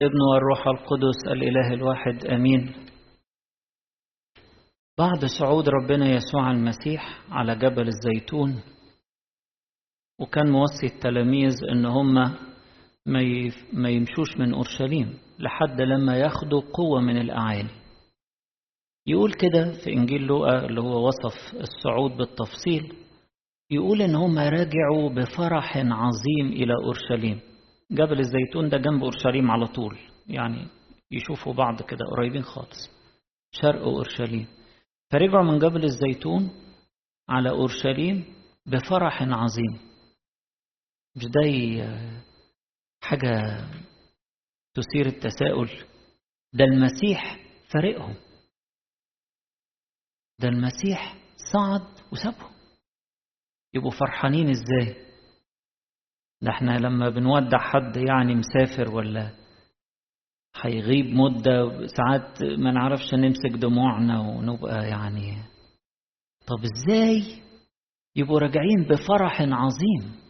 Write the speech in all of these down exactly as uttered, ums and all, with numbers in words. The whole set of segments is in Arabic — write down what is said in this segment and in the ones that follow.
ابن والروح القدس الإله الواحد آمين. بعد صعود ربنا يسوع المسيح على جبل الزيتون، وكان موصي التلاميذ إن هم ما يمشوش من أورشليم لحد لما ياخدوا قوة من الأعالي. يقول كده في إنجيل لوقا اللي هو وصف الصعود بالتفصيل، يقول إن هم رجعوا بفرح عظيم إلى أورشليم. جبل الزيتون ده جنب أورشليم على طول، يعني يشوفوا بعض كده قريبين خالص، شرق أورشليم. فرجعوا من جبل الزيتون على أورشليم بفرح عظيم. مش ده حاجة تثير التساؤل؟ ده المسيح فارقهم، ده المسيح صعد وسابهم، يبقوا فرحانين ازاي؟ ده احنا لما بنودع حد يعني مسافر ولا هيغيب مدة، ساعات ما نعرفش نمسك دموعنا ونبقى يعني، طب ازاي يبقوا راجعين بفرح عظيم؟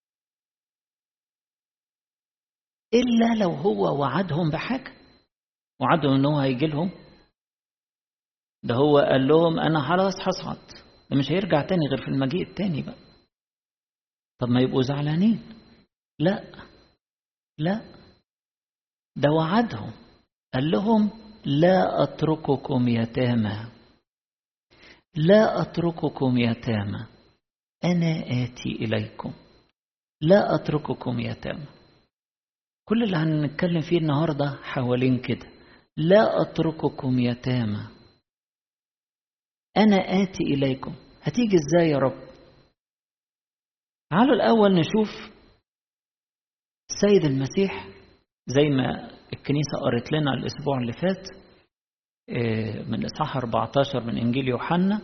إلا لو هو وعدهم بحاجة، وعدهم ان هو هيجي لهم. ده هو قال لهم انا خلاص هصعد، ده مش هيرجع تاني غير في المجيء التاني بقى. طب ما يبقوا زعلانين؟ لا لا، ده وعدهم، قال لهم لا أترككم يتامى، لا أترككم يتامى، أنا آتي إليكم، لا أترككم يتامى. كل اللي هنتكلم فيه النهاردة حوالين كده، لا أترككم يتامى، أنا آتي إليكم. هتيجي إزاي يا رب؟ تعالوا الأول نشوف السيد المسيح زي ما الكنيسة قرت لنا الأسبوع اللي فات من إصحاح أربعة عشر من إنجيل يوحنا.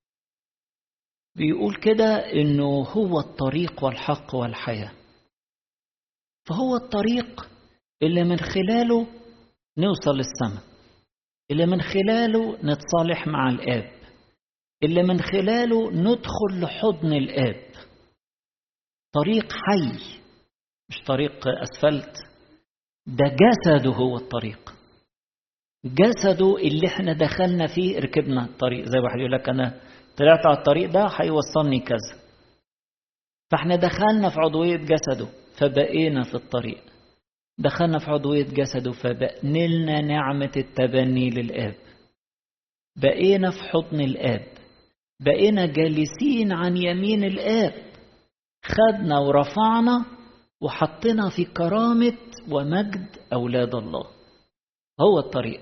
بيقول كده إنه هو الطريق والحق والحياة. فهو الطريق اللي من خلاله نوصل للسماء، اللي من خلاله نتصالح مع الآب، اللي من خلاله ندخل لحضن الآب. طريق حي، مش طريق أسفلت، ده جسده هو الطريق، جسده اللي احنا دخلنا فيه ركبنا الطريق. زي واحد يقول لك أنا طلعت على الطريق ده هيوصلني كذا، فاحنا دخلنا في عضوية جسده فبقينا في الطريق، دخلنا في عضوية جسده فبقنلنا نعمة التبني للآب، بقينا في حضن الآب، بقينا جالسين عن يمين الآب، خدنا ورفعنا وحطنا في كرامة ومجد أولاد الله. هو الطريق.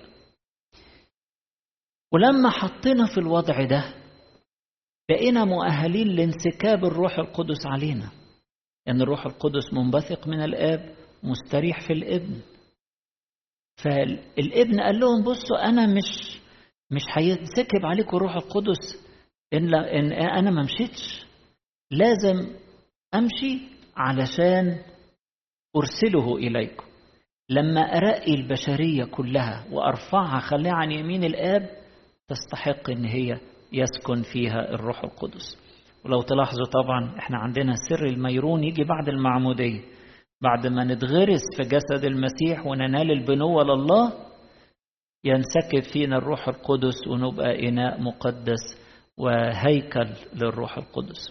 ولما حطنا في الوضع ده بقينا مؤهلين لانسكاب الروح القدس علينا، لأن يعني الروح القدس منبثق من الآب مستريح في الابن. فالابن قال لهم بصوا أنا مش مش هينسكب عليكم الروح القدس إن, إن أنا ما مشيتش، لازم أمشي علشان أرسله إليكم. لما أرقي البشرية كلها وأرفعها خليها عن يمين الآب تستحق إن هي يسكن فيها الروح القدس. ولو تلاحظوا طبعا احنا عندنا سر الميرون يجي بعد المعمودية، بعد ما نتغرس في جسد المسيح وننال البنوة لله ينسكب فينا الروح القدس ونبقى إناء مقدس وهيكل للروح القدس.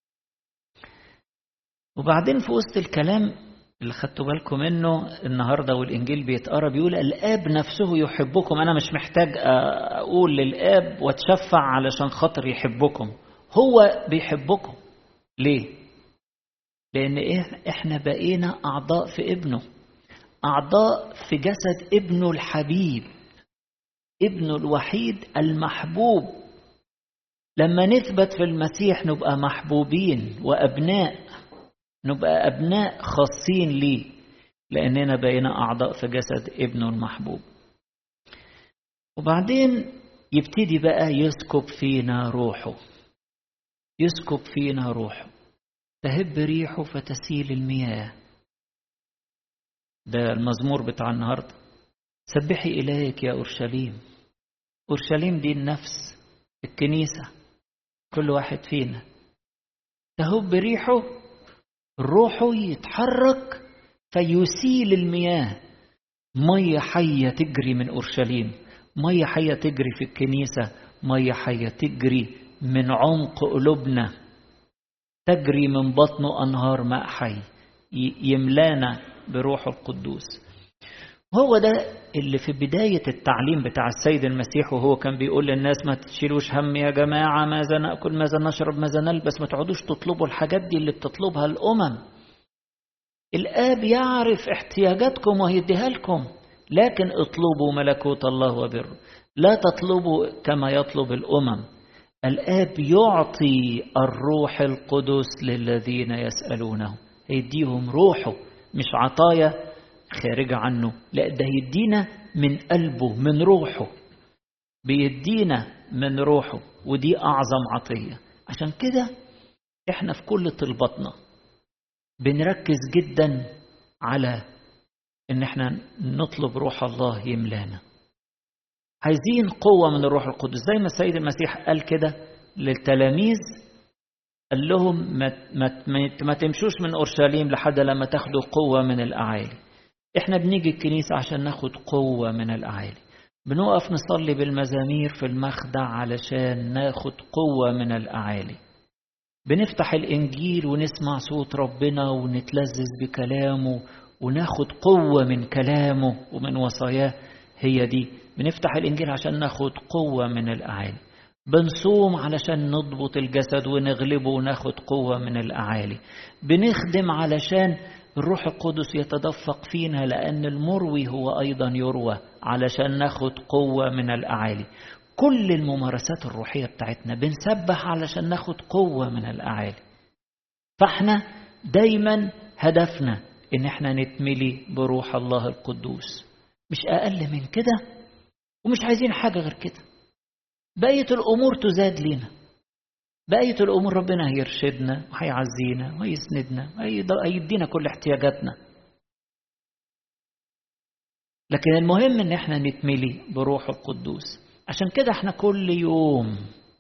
وبعدين في وسط الكلام اللي خدتوا بالكم منه النهاردة والإنجيل بيتقرأ بيقول الآب نفسه يحبكم. أنا مش محتاج أقول للآب واتشفع علشان خاطر يحبكم، هو بيحبكم. ليه؟ لأن إحنا بقينا أعضاء في ابنه، أعضاء في جسد ابنه الحبيب، ابنه الوحيد المحبوب. لما نثبت في المسيح نبقى محبوبين وأبناء، نبقى أبناء خاصين ليه، لأننا بقينا أعضاء في جسد ابنه المحبوب. وبعدين يبتدي بقى يسكب فينا روحه، يسكب فينا روحه، تهب ريحه فتسيل المياه. ده المزمور بتاع النهاردة، سبحي إليك يا أورشليم. أورشليم دي النفس، الكنيسة، كل واحد فينا. تهب ريحه، روحه يتحرك فيسيل المياه. مية حية تجري من أورشليم، مية حية تجري في الكنيسة، مية حية تجري من عمق قلوبنا، تجري من بطنه أنهار ماء حي يملانا بروح القدوس. هو ده اللي في بداية التعليم بتاع السيد المسيح، وهو كان بيقول للناس ما تشيلوش هم يا جماعة، ماذا نأكل ماذا نشرب ماذا نلبس، ما تقعدوش تطلبوا الحاجات دي اللي بتطلبها الأمم. الآب يعرف احتياجاتكم وهيديها لكم، لكن اطلبوا ملكوت الله وبره، لا تطلبوا كما يطلب الأمم. الآب يعطي الروح القدس للذين يسألونه، يديهم روحه، مش عطايا خارجة عنه، لا ده يدينا من قلبه من روحه، بيدينا من روحه، ودي أعظم عطية. عشان كده احنا في كل طلباتنا بنركز جدا على ان احنا نطلب روح الله يملانا. عايزين قوة من الروح القدس، زي ما السيد المسيح قال كده للتلاميذ، قال لهم ما, ما, ما تمشوش من أورشليم لحد لما تاخدوا قوة من الأعالي. احنا بنيجي الكنيسة عشان ناخد قوة من الأعالي، بنقف نصلي بالمزامير في المخدع علشان ناخد قوة من الأعالي، بنفتح الإنجيل ونسمع صوت ربنا ونتلذذ بكلامه وناخد قوة من كلامه ومن وصاياه. هي دي بنفتح الإنجيل عشان ناخد قوة من الأعالي، بنصوم علشان نضبط الجسد ونغلبه وناخد قوة من الأعالي، بنخدم علشان الروح القدس يتدفق فينا لأن المروي هو أيضا يروى، علشان ناخد قوة من الأعالي. كل الممارسات الروحية بتاعتنا بنسبح علشان ناخد قوة من الأعالي. فاحنا دايما هدفنا ان احنا نتملي بروح الله القدوس، مش أقل من كده، ومش عايزين حاجة غير كده. بقية الأمور تزاد لنا، بقية الأمور ربنا هيرشدنا وهيعزينا وهيسندنا وهيدينا كل احتياجاتنا، لكن المهم ان احنا نتملي بروح القدوس. عشان كده احنا كل يوم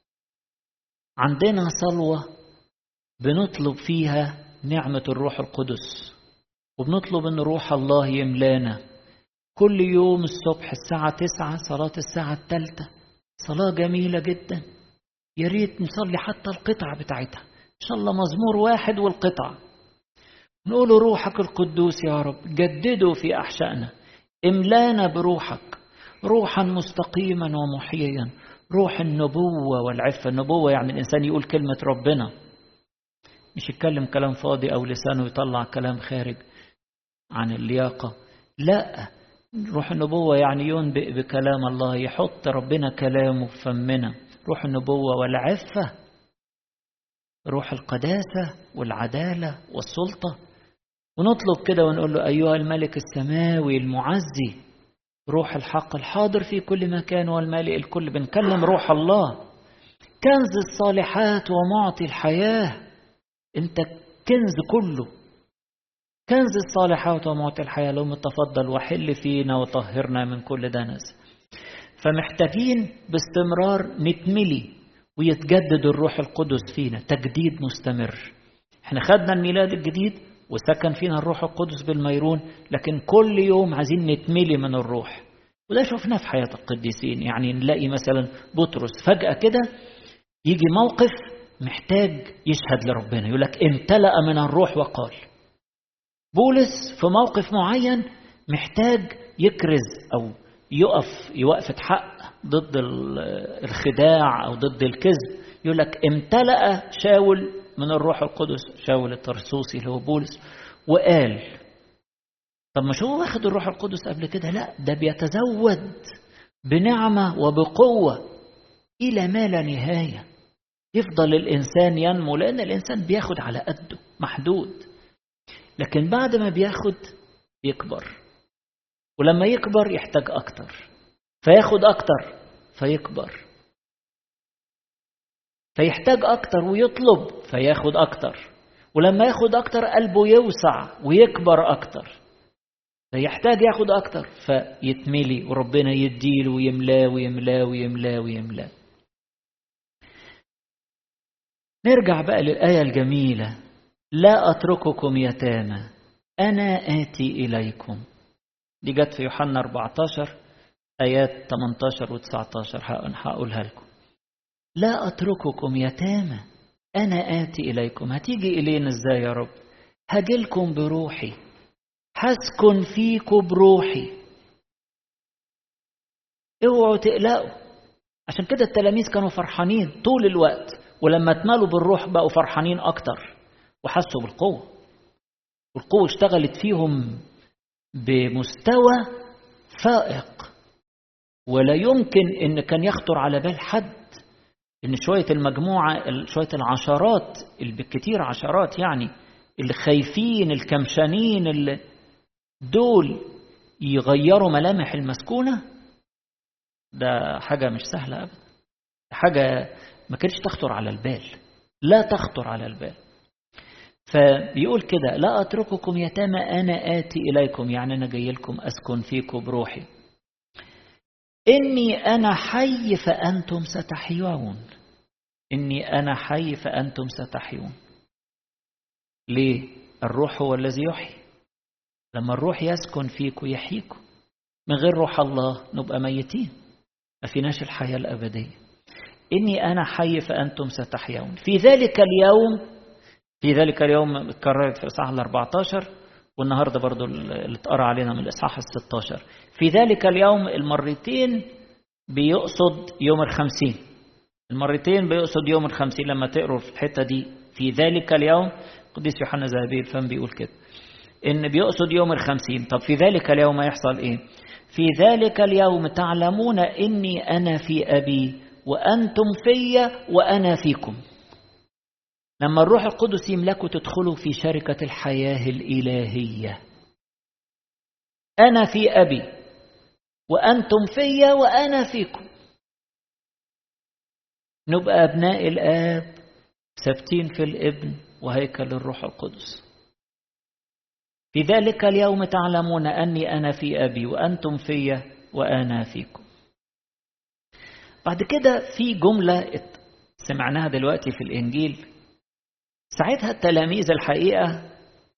عندنا صلوة بنطلب فيها نعمة الروح القدس، وبنطلب ان روح الله يملانا. كل يوم الصبح الساعة تسعة صلاة الساعة الثالثة، صلاة جميلة جدا، يا ريت نصلي حتى القطع بتاعتها، إن شاء الله مزمور واحد والقطع، نقول روحك القدوس يا رب جدده في أحشائنا، املانا بروحك روحا مستقيما ومحييا، روح النبوة والعفة. النبوة يعني الإنسان يقول كلمة ربنا، مش يتكلم كلام فاضي أو لسانه يطلع كلام خارج عن اللياقة، لا، روح النبوة يعني ينبئ بكلام الله، يحط ربنا كلامه في فمنا. روح النبوة والعفة، روح القداسة والعدالة والسلطة. ونطلب كده ونقول له أيها الملك السماوي المعزي، روح الحق الحاضر في كل مكان والمالئ الكل. بنكلم روح الله، كنز الصالحات ومعطي الحياة، انت كنز كله، كنز الصالحات ومعطي الحياة. لهم تفضل وحل فينا وطهرنا من كل دنس. فمحتاجين باستمرار نتملي ويتجدد الروح القدس فينا تجديد مستمر. احنا خدنا الميلاد الجديد وسكن فينا الروح القدس بالميرون، لكن كل يوم عايزين نتملي من الروح. وده شفناه في حياة القديسين، يعني نلاقي مثلا بطرس فجأة كده يجي موقف محتاج يشهد لربنا، يقول لك امتلأ من الروح وقال. بولس في موقف معين محتاج يكرز أو يقف يوقفة حق ضد الخداع أو ضد الكذب، يقول لك امتلأ شاول من الروح القدس، شاول الترسوسي اللي هو بولس، وقال. طب مش هو واخد الروح القدس قبل كده؟ لا، ده بيتزود بنعمة وبقوة إلى ما لا نهاية. يفضل الإنسان ينمو، لأن الإنسان بياخد على قده محدود، لكن بعد ما بياخد يكبر، ولما يكبر يحتاج أكتر، فياخد أكتر فيكبر، فيحتاج أكتر ويطلب فياخد أكتر، ولما ياخد أكتر قلبه يوسع ويكبر أكتر، فيحتاج ياخد أكتر فيتملي، وربنا يديله ويملاه ويملاه ويملاه ويملاه. نرجع بقى للآية الجميلة، لا أترككم يتامى أنا آتي إليكم. دي جت في يوحنا أربعة عشر آيات ثمانية عشر و تسعة عشر، هقولها لكم. لا أترككم يتامى، أنا آتي إليكم. هتيجي إلينا إزاي يا رب؟ هجيلكم بروحي، هسكن فيكم بروحي، اوعوا تقلقوا. عشان كده التلاميذ كانوا فرحانين طول الوقت، ولما اتملوا بالروح بقوا فرحانين أكتر وحسوا بالقوة، والقوة اشتغلت فيهم بمستوى فائق. ولا يمكن إن كان يخطر على بال حد إن شوية المجموعة، شوية العشرات بالكتير عشرات يعني اللي خايفين الكمشانين اللي دول يغيروا ملامح المسكونة. ده حاجة مش سهلة أبدا، حاجة ما كانتش تخطر على البال، لا تخطر على البال. فبيقول كده لا أترككم يتامى، أنا آتي إليكم، يعني أنا جاي لكم أسكن فيكم بروحي. إني أنا حي فأنتم ستحيون، إني أنا حي فأنتم ستحيون. ليه؟ الروح هو الذي يحيي. لما الروح يسكن فيكم يحييكم. من غير روح الله نبقى ميتين، ما فيناش الحياة الأبدية. إني أنا حي فأنتم ستحيون. في ذلك اليوم، في ذلك اليوم اتكررت في إصحاح الأربعة عشر، والنهاردة برضو اللي اتقرأ علينا من الإصحاح الستة عشر. في ذلك اليوم المرتين بيقصد يوم الخمسين، المرتين بيقصد يوم الخمسين. لما تقروا في الحتة دي في ذلك اليوم، قديس يوحنا ذهبي الفم بيقول كده إن بيقصد يوم الخمسين. طب في ذلك اليوم يحصل إيه؟ في ذلك اليوم تعلمون إني أنا في أبي وأنتم في وأنا فيكم. لما الروح القدس يملكوا تدخلوا في شركة الحياة الإلهية. أنا في أبي وأنتم في وأنا فيكم. نبقى أبناء الآب ثابتين في الابن وهيكل الروح القدس. في ذلك اليوم تعلمون أني أنا في أبي وأنتم في وأنا فيكم. بعد كده في جملة سمعناها دلوقتي في الإنجيل، ساعتها التلاميذ الحقيقة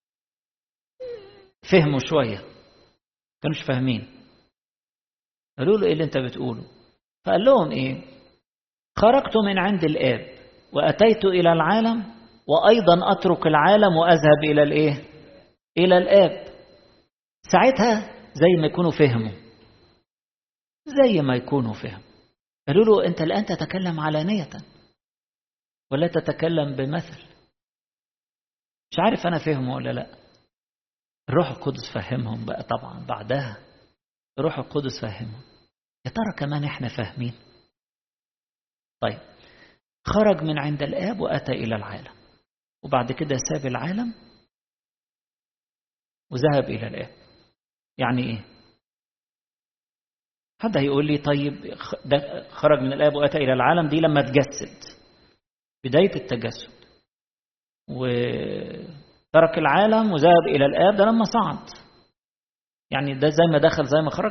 فهموا شوية، كانوش فاهمين. قالوا له إيه اللي أنت بتقوله؟ فقال لهم إيه؟ خرجت من عند الآب وأتيت إلى العالم، وأيضا أترك العالم وأذهب إلى الإيه؟ إلى الآب. ساعتها زي ما يكونوا فهموا، زي ما يكونوا فهموا. قالوا له أنت الآن تتكلم علانية ولا تتكلم بمثل؟ مش عارف أنا فهمه ولا لا. الروح القدس فهمهم بقى طبعا بعدها، الروح القدس فهمهم. يا ترى كمان احنا فاهمين؟ طيب، خرج من عند الآب وأتى إلى العالم، وبعد كده ساب العالم وذهب إلى الآب. يعني إيه؟ حد هيقول لي طيب ده خرج من الآب وأتى إلى العالم دي لما تجسد، بداية التجسد، وترك العالم وذهب إلى الآب ده لما صعد. يعني ده زي ما دخل زي ما خرج؟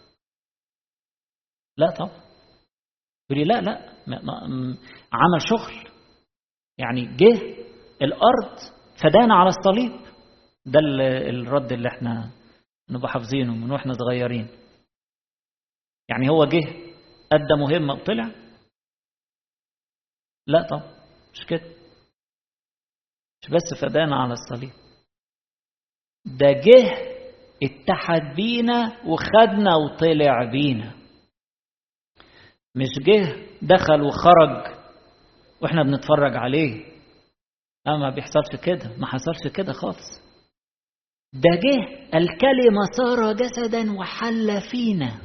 لا طبعا. يقول لي لا لا، عمل شغل، يعني جه الأرض فدانا على الصليب. ده الرد اللي احنا نبقى حافظينه من واحنا صغيرين. يعني هو جه أدى مهمة وطلع؟ لا طبعا مش كده، مش بس فدانا على الصليب، ده جه اتحد بينا وخدنا وطلع بينا. مش جه دخل وخرج واحنا بنتفرج عليه. لا، ما بيحصلش كده، ما حصلش كده خالص. ده جه الكلمة صار جسدا وحل فينا،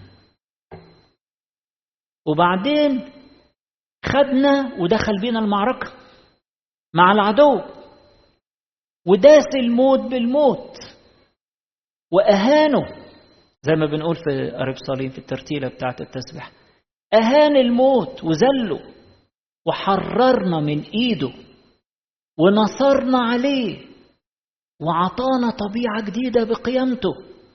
وبعدين خدنا ودخل بينا المعركة مع العدو، وداس الموت بالموت وأهانه، زي ما بنقول في قريب صليم في الترتيلة بتاعة التسبيح، أهان الموت وذله وحررنا من إيده ونصرنا عليه وعطانا طبيعة جديدة بقيامته،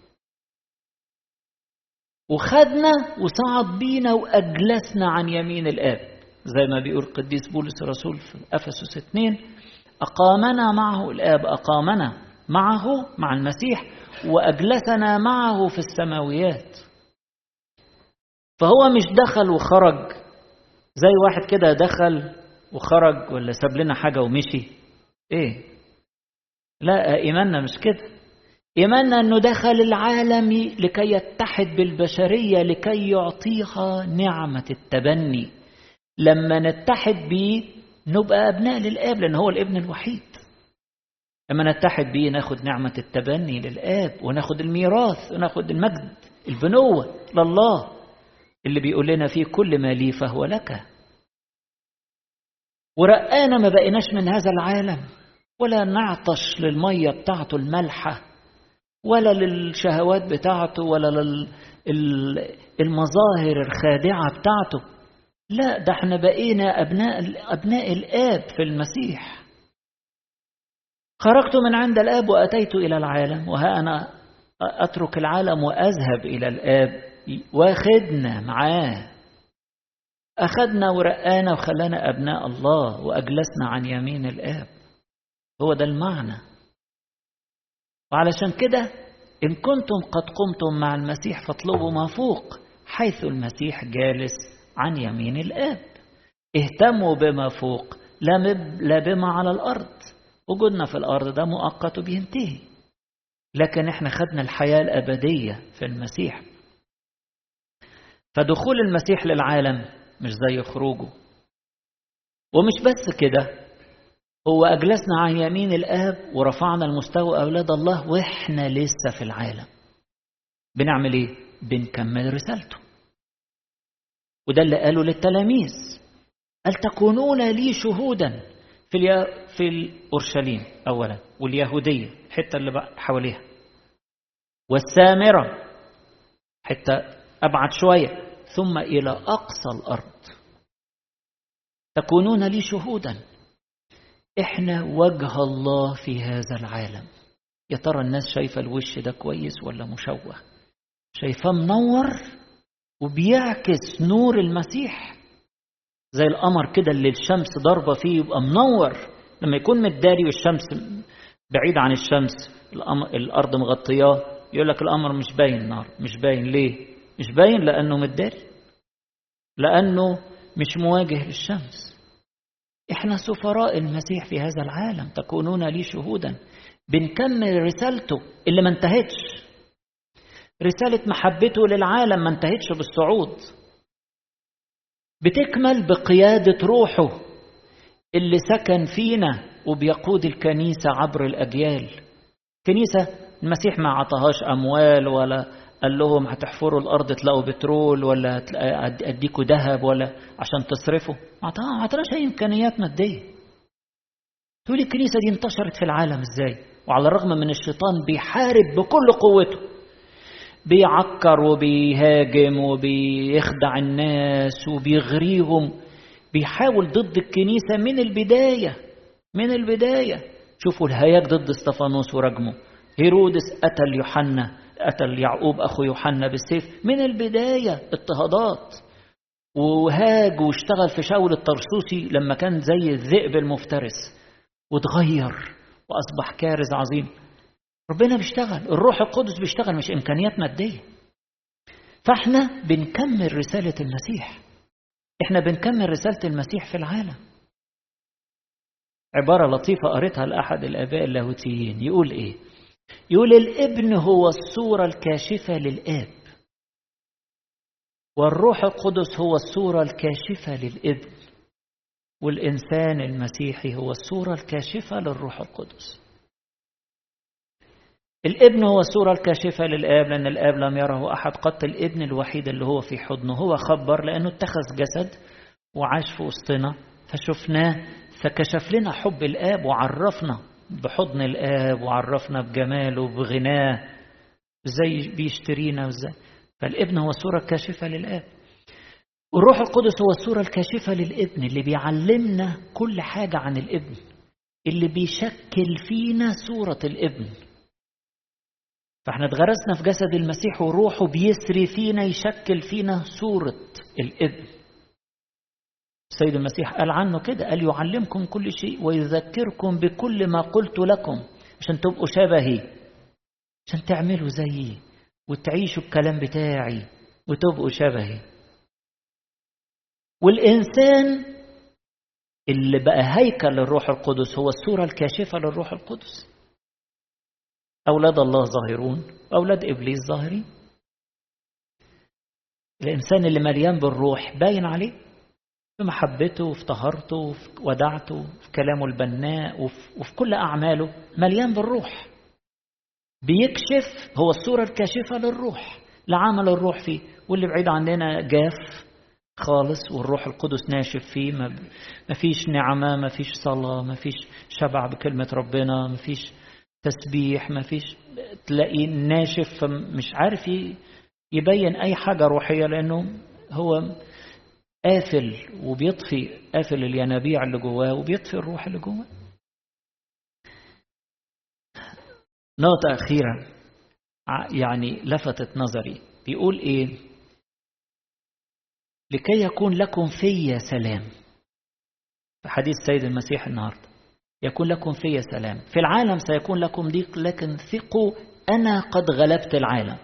وخدنا وصعد بينا وأجلسنا عن يمين الآب، زي ما بيقول قديس بولس الرسول في أفسس اثنين، أقامنا معه الآب، أقامنا معه مع المسيح وأجلسنا معه في السماويات. فهو مش دخل وخرج زي واحد كده دخل وخرج ولا ساب لنا حاجة ومشي. ايه؟ لا، إيماننا مش كده. إيماننا أنه دخل العالم لكي يتحد بالبشرية، لكي يعطيها نعمة التبني. لما نتحد به نبقى أبناء للآب، لأن هو الابن الوحيد. لما نتحد به ناخد نعمة التبني للآب، وناخد الميراث، وناخد المجد، البنوة لله اللي بيقول لنا فيه كل ما لي فهو لك. ورقانا ما بقيناش من هذا العالم، ولا نعطش للمية بتاعته الملحة، ولا للشهوات بتاعته، ولا للمظاهر الخادعة بتاعته. لا، ده احنا بقينا أبناء, أبناء الآب في المسيح. خرجت من عند الآب وأتيت إلى العالم، وها أنا أترك العالم وأذهب إلى الآب. واخدنا معاه، أخدنا ورقانا وخلانا أبناء الله، وأجلسنا عن يمين الآب. هو ده المعنى. وعلشان كده إن كنتم قد قمتم مع المسيح فاطلبوا ما فوق، حيث المسيح جالس عن يمين الآب. اهتموا بما فوق لا بما على الأرض. وجودنا في الأرض ده مؤقت وبينتهي، لكن احنا خدنا الحياة الأبدية في المسيح. فدخول المسيح للعالم مش زي خروجه. ومش بس كده، هو أجلسنا عن يمين الآب ورفعنا المستوى أولاد الله، وإحنا لسه في العالم. بنعمل إيه؟ بنكمل رسالته. وده اللي قاله للتلاميذ، قال تكونون لي شهودا في اليا في الأورشليم أولا، واليهودية حتى اللي بقى حواليها، والسامرة حتى أبعد شوية، ثم إلى أقصى الأرض. تكونون لي شهودا. إحنا وجه الله في هذا العالم. يا ترى الناس شايفة الوش ده كويس ولا مشوه؟ شايفاه منور وبيعكس نور المسيح، زي القمر كده اللي الشمس ضربة فيه يبقى منور. لما يكون متداري والشمس بعيد عن الشمس، الأرض مغطياه، يقول لك القمر مش باين نار. مش باين ليه؟ مش باين لأنه متداري، لأنه مش مواجه للشمس. إحنا سفراء المسيح في هذا العالم. تكونون لي شهودا. بنكمل رسالته اللي ما انتهتش. رسالة محبته للعالم ما انتهتش بالصعود، بتكمل بقيادة روحه اللي سكن فينا وبيقود الكنيسة عبر الأجيال. كنيسة المسيح ما عطاهاش أموال، ولا قال لهم هتحفروا الأرض تلاقوا بترول، ولا أديكوا ذهب ولا عشان تصرفوا. ما عطاهاش أي إمكانيات مادية. تقول الكنيسة دي انتشرت في العالم إزاي؟ وعلى الرغم من الشيطان بيحارب بكل قوته، بيعكر وبيهاجم وبيخدع الناس وبيغريهم، بيحاول ضد الكنيسة من البداية. من البداية شوفوا الهياج ضد استفانوس ورجمه. هيرودس قتل يوحنا، قتل يعقوب أخو يوحنا بالسيف. من البداية اضطهادات، وهاج واشتغل في شاول الطرسوسي لما كان زي الذئب المفترس، وتغير وأصبح كارز عظيم. ربنا بيشتغل، الروح القدس بيشتغل، مش إمكانيات مادية. فاحنا بنكمل رسالة المسيح. احنا بنكمل رسالة المسيح في العالم. عبارة لطيفة قريتها لأحد الآباء اللاهوتيين، يقول إيه؟ يقول الابن هو الصورة الكاشفة للآب، والروح القدس هو الصورة الكاشفة للابن، والإنسان المسيحي هو الصورة الكاشفة للروح القدس. الابن هو الصورة الكاشفة للآب، لأن الآب لم يره أحد قط. الابن الوحيد اللي هو في حضنه هو خبر، لأنه اتخذ جسد وعاش في وسطنا فشفناه، فكشف لنا حب الآب وعرفنا بحضن الآب، وعرفنا بجماله بغناه، ازاي بيشترينا وازاي. فالابن هو الصورة الكاشفة للآب، والروح القدس هو الصورة الكاشفة للابن، اللي بيعلمنا كل حاجة عن الابن، اللي بيشكل فينا صورة الابن. فاحنا اتغرسنا في جسد المسيح، وروحه بيسري فينا يشكل فينا صورة الابن. السيد المسيح قال عنه كده، قال يعلمكم كل شيء ويذكركم بكل ما قلت لكم، عشان تبقوا شبهي. عشان تعملوا زيي وتعيشوا الكلام بتاعي وتبقوا شبهي. والإنسان اللي بقى هيكل للروح القدس هو الصورة الكاشفة للروح القدس. أولاد الله ظاهرون وأولاد إبليس ظاهرين. الإنسان اللي مليان بالروح باين عليه في محبته وفي طهارته وفي ودعته وفي كلامه البناء وفي, وفي كل أعماله مليان بالروح. بيكشف، هو الصورة الكاشفة للروح لعمل الروح فيه. واللي بعيد عننا جاف خالص والروح القدس ناشف فيه، ما فيش نعمة، ما فيش صلاة، ما فيش شبع بكلمة ربنا، ما فيش تسبيح، ما فيش، تلاقيه ناشف فمش عارف يبين أي حاجة روحية لأنه هو قافل وبيطفي، قافل الينابيع اللي جواه وبيطفي الروح اللي جواه. نقطة أخيرة يعني لفتت نظري، بيقول إيه؟ لكي يكون لكم في سلام. في حديث سيد المسيح النهاردة، يكون لكم في سلام. في العالم سيكون لكم ضيق لكن ثقوا أنا قد غلبت العالم.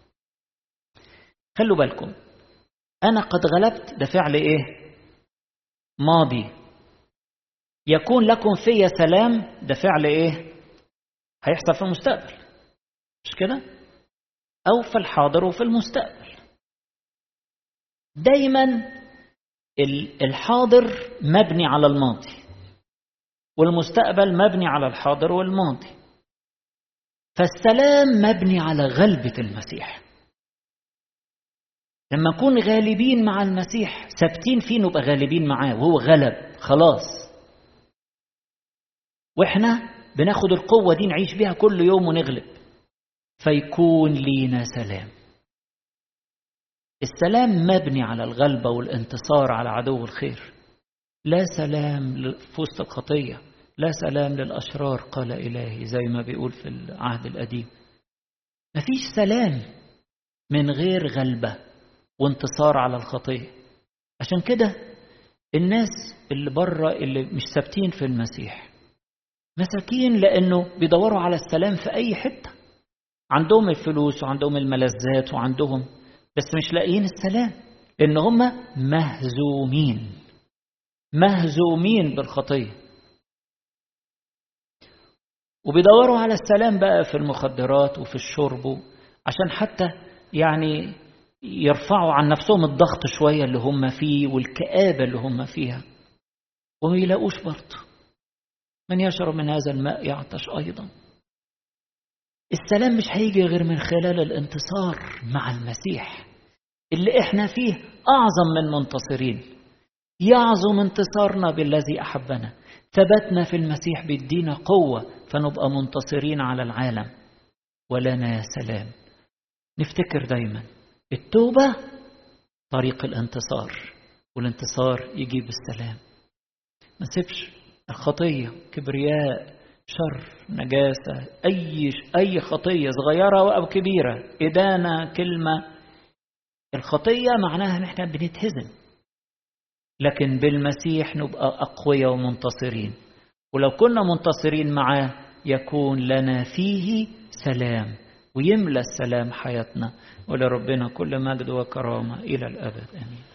خلوا بالكم، أنا قد غلبت ده فعل إيه؟ ماضي. يكون لكم في سلام ده فعل إيه؟ هيحصل في المستقبل، مش كده؟ أو في الحاضر وفي المستقبل. دايما الحاضر مبني على الماضي والمستقبل مبني على الحاضر والماضي. فالسلام مبني على غلبة المسيح. لما نكون غالبين مع المسيح ثابتين فيه نبقى غالبين معاه، وهو غلب خلاص، واحنا بناخد القوة دي نعيش بيها كل يوم ونغلب، فيكون لينا سلام. السلام مبني على الغلبة والانتصار على عدو الخير. لا سلام في وسط الخطية، لا سلام للأشرار قال إلهي زي ما بيقول في العهد القديم. مفيش سلام من غير غلبة وانتصار على الخطية. عشان كده الناس اللي بره اللي مش ثابتين في المسيح مساكين، لأنه بيدوروا على السلام في أي حتة. عندهم الفلوس وعندهم الملذات وعندهم، بس مش لاقيين السلام لأن هم مهزومين مهزومين بالخطية. وبيدوروا على السلام بقى في المخدرات وفي الشرب، عشان حتى يعني يرفعوا عن نفسهم الضغط شوية اللي هم فيه والكآبة اللي هم فيها، وما يلاقوش برضه. من يشرب من هذا الماء يعطش أيضا. السلام مش هيجي غير من خلال الانتصار مع المسيح اللي احنا فيه أعظم من منتصرين. يعظم انتصارنا بالذي أحبنا. ثبتنا في المسيح بيدينا قوة فنبقى منتصرين على العالم ولنا سلام. نفتكر دايما التوبة طريق الانتصار، والانتصار يجيب السلام. ما نسيبش الخطية، كبرياء، شر، نجاسة، أي أي خطية صغيرة أو كبيرة، إدانة، كلمة. الخطية معناها ان احنا بنتهزم، لكن بالمسيح نبقى أقوياء ومنتصرين. ولو كنا منتصرين معاه يكون لنا فيه سلام ويملى السلام حياتنا. ولربنا كل مجد وكرامة إلى الأبد آمين.